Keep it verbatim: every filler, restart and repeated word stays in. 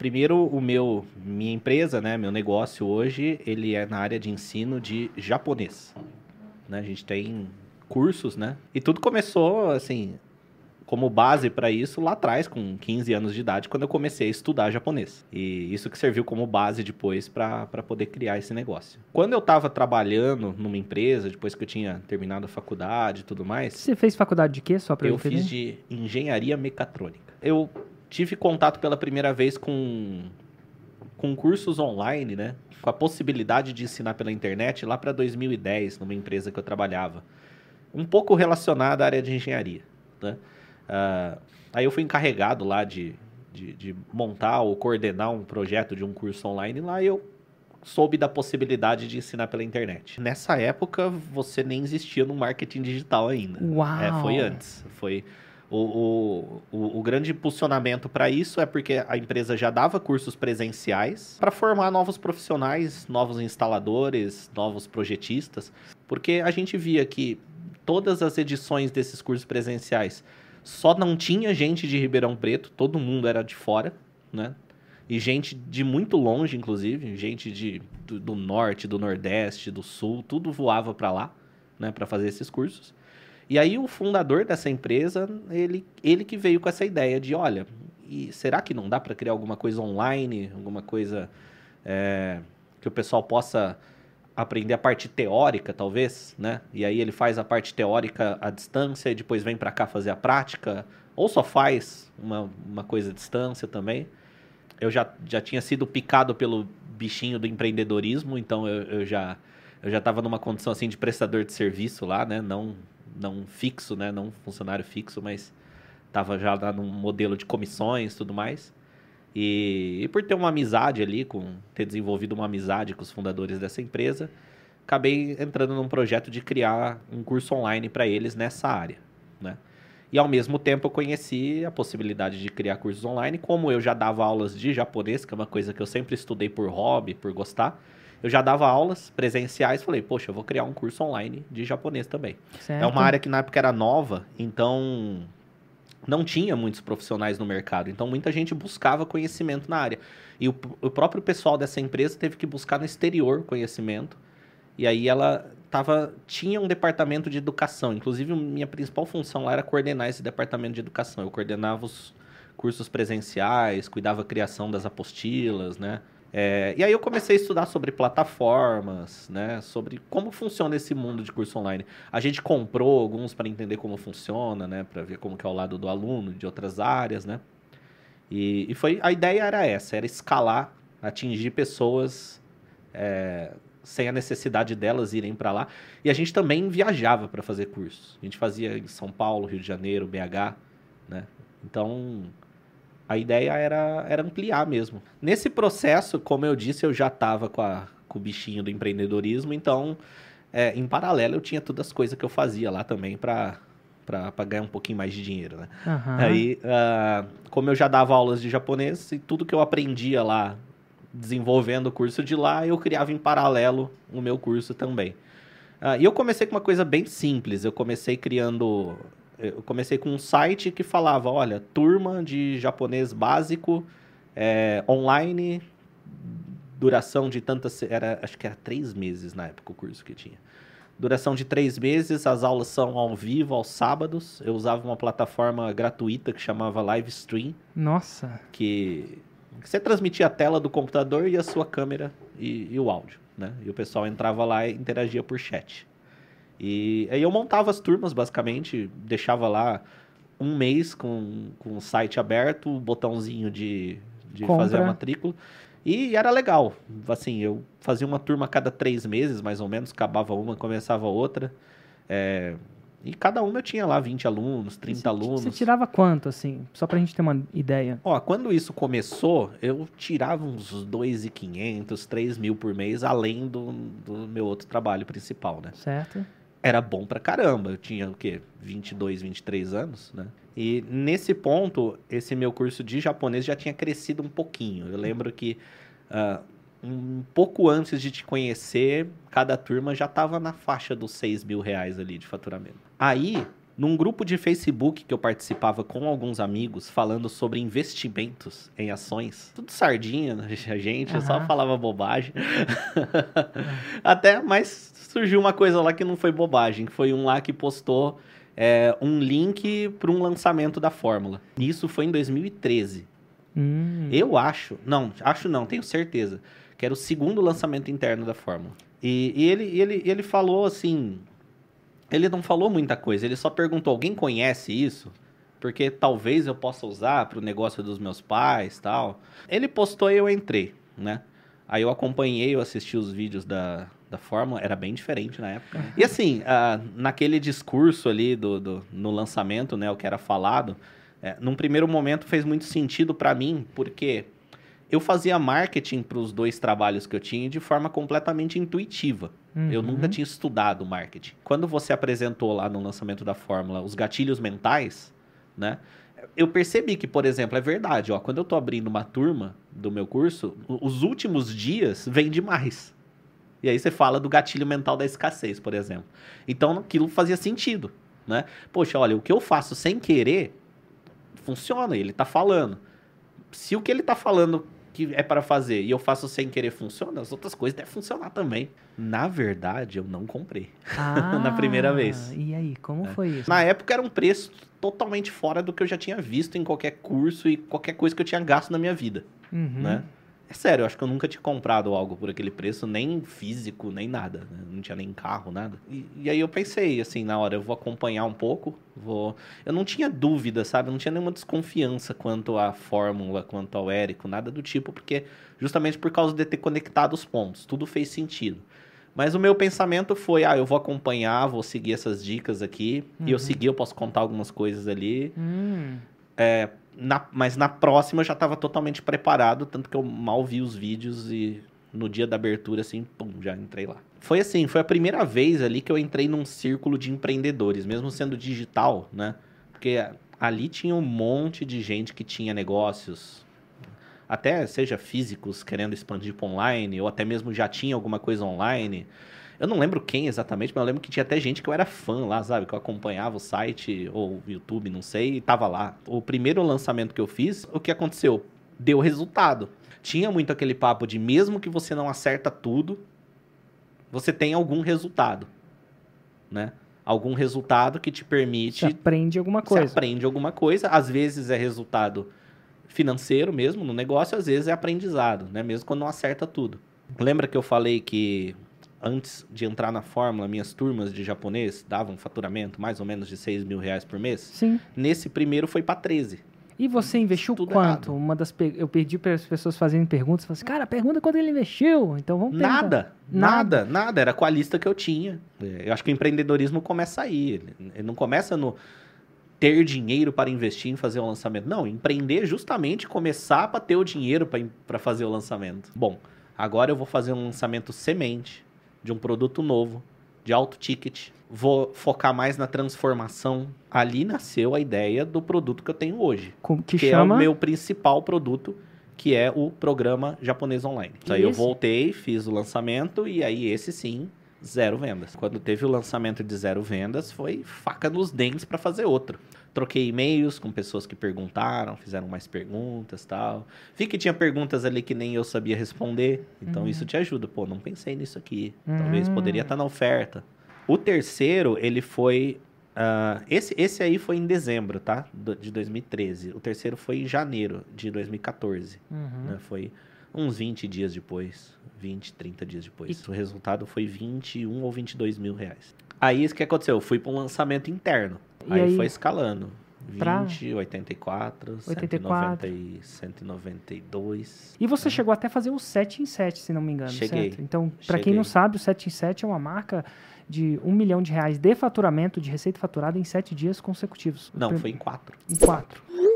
primeiro, o meu, minha empresa, né, meu negócio hoje, ele é na área de ensino de japonês. Né? A gente tem cursos, né? E tudo começou, assim, como base para isso lá atrás, com quinze anos de idade, quando eu comecei a estudar japonês. E isso que serviu como base depois para poder criar esse negócio. Quando eu estava trabalhando numa empresa, depois que eu tinha terminado a faculdade e tudo mais... Você fez faculdade de quê, só para eu Eu entender? fiz de engenharia mecatrônica. Eu tive contato pela primeira vez com, com cursos online, né? Com a possibilidade de ensinar pela internet lá para dois mil e dez, numa empresa que eu trabalhava. Um pouco relacionada à área de engenharia, né? Uh, aí eu fui encarregado lá de, de, de montar ou coordenar um projeto de um curso online lá e eu soube da possibilidade de ensinar pela internet. Nessa época, você nem existia no marketing digital ainda. Uau! É, foi antes. Foi o, o, o, o grande impulsionamento para isso é porque a empresa já dava cursos presenciais para formar novos profissionais, novos instaladores, novos projetistas, porque a gente via que todas as edições desses cursos presenciais só não tinha gente de Ribeirão Preto, todo mundo era de fora, né? E gente de muito longe, inclusive, gente de, do, do norte, do nordeste, do sul, tudo voava para lá, né, para fazer esses cursos. E aí o fundador dessa empresa, ele, ele que veio com essa ideia de, olha, e será que não dá para criar alguma coisa online, alguma coisa é, que o pessoal possa aprender a parte teórica, talvez, né? E aí ele faz a parte teórica à distância e depois vem para cá fazer a prática, ou só faz uma, uma coisa à distância também. Eu já, já tinha sido picado pelo bichinho do empreendedorismo, então eu, eu já eu já estava numa condição assim de prestador de serviço lá, né? Não, não fixo, né? Não funcionário fixo, mas estava já lá num modelo de comissões e tudo mais. E, e por ter uma amizade ali, com ter desenvolvido uma amizade com os fundadores dessa empresa, acabei entrando num projeto de criar um curso online para eles nessa área, né? E ao mesmo tempo eu conheci a possibilidade de criar cursos online, como eu já dava aulas de japonês, que é uma coisa que eu sempre estudei por hobby, por gostar. Eu já dava aulas presenciais, falei, poxa, eu vou criar um curso online de japonês também. Certo. É uma área que na época era nova, então não tinha muitos profissionais no mercado, então muita gente buscava conhecimento na área. E o, o próprio pessoal dessa empresa teve que buscar no exterior conhecimento, e aí ela tava, tinha um departamento de educação, inclusive minha principal função lá era coordenar esse departamento de educação. Eu coordenava os cursos presenciais, cuidava da criação das apostilas, né? É, e aí eu comecei a estudar sobre plataformas, né? Sobre como funciona esse mundo de curso online. A gente comprou alguns para entender como funciona, né? Para ver como que é o lado do aluno, de outras áreas, né? E, e foi, a ideia era essa, era escalar, atingir pessoas é, sem a necessidade delas irem para lá. E a gente também viajava para fazer cursos. A gente fazia em São Paulo, Rio de Janeiro, B H, né? Então, a ideia era, era ampliar mesmo. Nesse processo, como eu disse, eu já estava com, a, com o bichinho do empreendedorismo, então, é, em paralelo, eu tinha todas as coisas que eu fazia lá também para para ganhar um pouquinho mais de dinheiro, né? Uhum. Aí, uh, como eu já dava aulas de japonês, e tudo que eu aprendia lá, desenvolvendo o curso de lá, eu criava em paralelo o meu curso também. Uh, e eu comecei com uma coisa bem simples, eu comecei criando... Eu comecei com um site que falava, olha, turma de japonês básico, é, online, duração de tantas... Era, acho que era três meses na época o curso que tinha. Duração de três meses, as aulas são ao vivo, aos sábados. Eu usava uma plataforma gratuita que chamava Livestream. Nossa! Que, que você transmitia a tela do computador e a sua câmera e, e o áudio, né? E o pessoal entrava lá e interagia por chat. E aí eu montava as turmas, basicamente, deixava lá um mês com, com o site aberto, o botãozinho de, de fazer a matrícula. E era legal, assim, eu fazia uma turma a cada três meses, mais ou menos, acabava uma, começava outra, é, e cada uma eu tinha lá vinte alunos, trinta você, alunos. Você tirava quanto, assim, só pra gente ter uma ideia? Ó, quando isso começou, eu tirava uns dois mil e quinhentos, três mil por mês, além do, do meu outro trabalho principal, né? Certo. Era bom pra caramba, eu tinha o quê? vinte e dois, vinte e três anos, né? E nesse ponto, esse meu curso de japonês já tinha crescido um pouquinho. Eu lembro que uh, um pouco antes de te conhecer, cada turma já estava na faixa dos seis mil reais ali de faturamento. Aí, num grupo de Facebook que eu participava com alguns amigos, falando sobre investimentos em ações. Tudo sardinha, a gente, eu só Aham. falava bobagem. Até, mas surgiu uma coisa lá que não foi bobagem, que foi um lá que postou é, um link para um lançamento da fórmula. Isso foi em dois mil e treze. Hum. Eu acho, não, acho não, tenho certeza, que era o segundo lançamento interno da fórmula. E, e ele, ele, ele falou assim, ele não falou muita coisa, ele só perguntou, alguém conhece isso? Porque talvez eu possa usar para o negócio dos meus pais e tal. Ele postou e eu entrei, né? Aí eu acompanhei, eu assisti os vídeos da, da fórmula, era bem diferente na época. E assim, ah, naquele discurso ali do, do, no lançamento, né, o que era falado, é, num primeiro momento fez muito sentido para mim, porque eu fazia marketing para os dois trabalhos que eu tinha de forma completamente intuitiva. Uhum. Eu nunca tinha estudado marketing. Quando você apresentou lá no lançamento da fórmula os gatilhos mentais, né? Eu percebi que, por exemplo, é verdade, ó, quando eu tô abrindo uma turma do meu curso, os últimos dias vende mais. E aí você fala do gatilho mental da escassez, por exemplo. Então, aquilo fazia sentido, né? Poxa, olha, o que eu faço sem querer funciona, ele tá falando. Se o que ele tá falando que é para fazer e eu faço sem querer funciona, as outras coisas devem funcionar também. Na verdade, eu não comprei. Ah, Na primeira vez. E aí, como É. foi isso? Na época era um preço totalmente fora do que eu já tinha visto em qualquer curso e qualquer coisa que eu tinha gasto na minha vida, Uhum. né? É sério, eu acho que eu nunca tinha comprado algo por aquele preço, nem físico, nem nada, né? Não tinha nem carro, nada. E, e aí eu pensei, assim, na hora, eu vou acompanhar um pouco, vou... Eu não tinha dúvida, sabe? Eu não tinha nenhuma desconfiança quanto à fórmula, quanto ao Érico, nada do tipo, porque justamente por causa de ter conectado os pontos, tudo fez sentido. Mas o meu pensamento foi, ah, eu vou acompanhar, vou seguir essas dicas aqui, Uhum. e eu segui, eu posso contar algumas coisas ali, Hum. é, na, mas na próxima eu já estava totalmente preparado, tanto que eu mal vi os vídeos e no dia da abertura, assim, pum, já entrei lá. Foi assim, foi a primeira vez ali que eu entrei num círculo de empreendedores, mesmo sendo digital, né? Porque ali tinha um monte de gente que tinha negócios, até seja físicos querendo expandir para online, ou até mesmo já tinha alguma coisa online. Eu não lembro quem exatamente, mas eu lembro que tinha até gente que eu era fã lá, sabe? Que eu acompanhava o site ou o YouTube, não sei, e tava lá. O primeiro lançamento que eu fiz, o que aconteceu? Deu resultado. Tinha muito aquele papo de mesmo que você não acerta tudo, você tem algum resultado, né? Algum resultado que te permite... Você aprende alguma coisa. Você aprende alguma coisa. Às vezes é resultado financeiro mesmo no negócio, às vezes é aprendizado, né? Mesmo quando não acerta tudo. Lembra que eu falei que... Antes de entrar na fórmula, minhas turmas de japonês davam faturamento mais ou menos de seis mil reais por mês? Sim. Nesse primeiro foi para treze. E você investiu Tudo quanto? errado. Uma das pe... Eu pedi para as pessoas fazerem perguntas. Falei assim, cara, pergunta quanto ele investiu. Então vamos perguntar. Nada, nada, nada. Era com a lista que eu tinha. Eu acho que o empreendedorismo começa aí. Ele não começa no ter dinheiro para investir em fazer um lançamento. Não, empreender é justamente começar para ter o dinheiro para fazer o lançamento. Bom, agora eu vou fazer um lançamento semente de um produto novo, de alto ticket. Vou focar mais na transformação. Ali nasceu a ideia do produto que eu tenho hoje. Com- Que, Que chama... é o meu principal produto, que é o programa japonês online. E Aí eu esse? voltei, fiz o lançamento e aí esse sim, zero vendas. Quando teve o lançamento de zero vendas, foi faca nos dentes para fazer outro. Troquei e-mails com pessoas que perguntaram, fizeram mais perguntas e tal. Vi que tinha perguntas ali que nem eu sabia responder, então Uhum. isso te ajuda. Pô, não pensei nisso aqui. Talvez Hum. poderia estar na oferta. O terceiro, ele foi... ah, esse, esse aí foi em dezembro, tá? Do- de dois mil e treze. O terceiro foi em janeiro de dois mil e quatorze. Uhum. Né? Foi uns vinte dias depois. vinte, trinta dias depois. O resultado foi vinte e um ou vinte e dois mil reais. Aí, o que aconteceu? Eu fui para um lançamento interno. E Aí, aí? foi escalando. Pra? vinte, oitenta e quatro, oitenta e quatro. cento e noventa e dois. E você chegou até a fazer o sete em sete, se não me engano, Cheguei. certo? Então, para quem Cheguei. não sabe, o sete em sete é uma marca de um milhão de reais de faturamento, de receita faturada em sete dias consecutivos. Não, Prim- foi em quatro. Em quatro.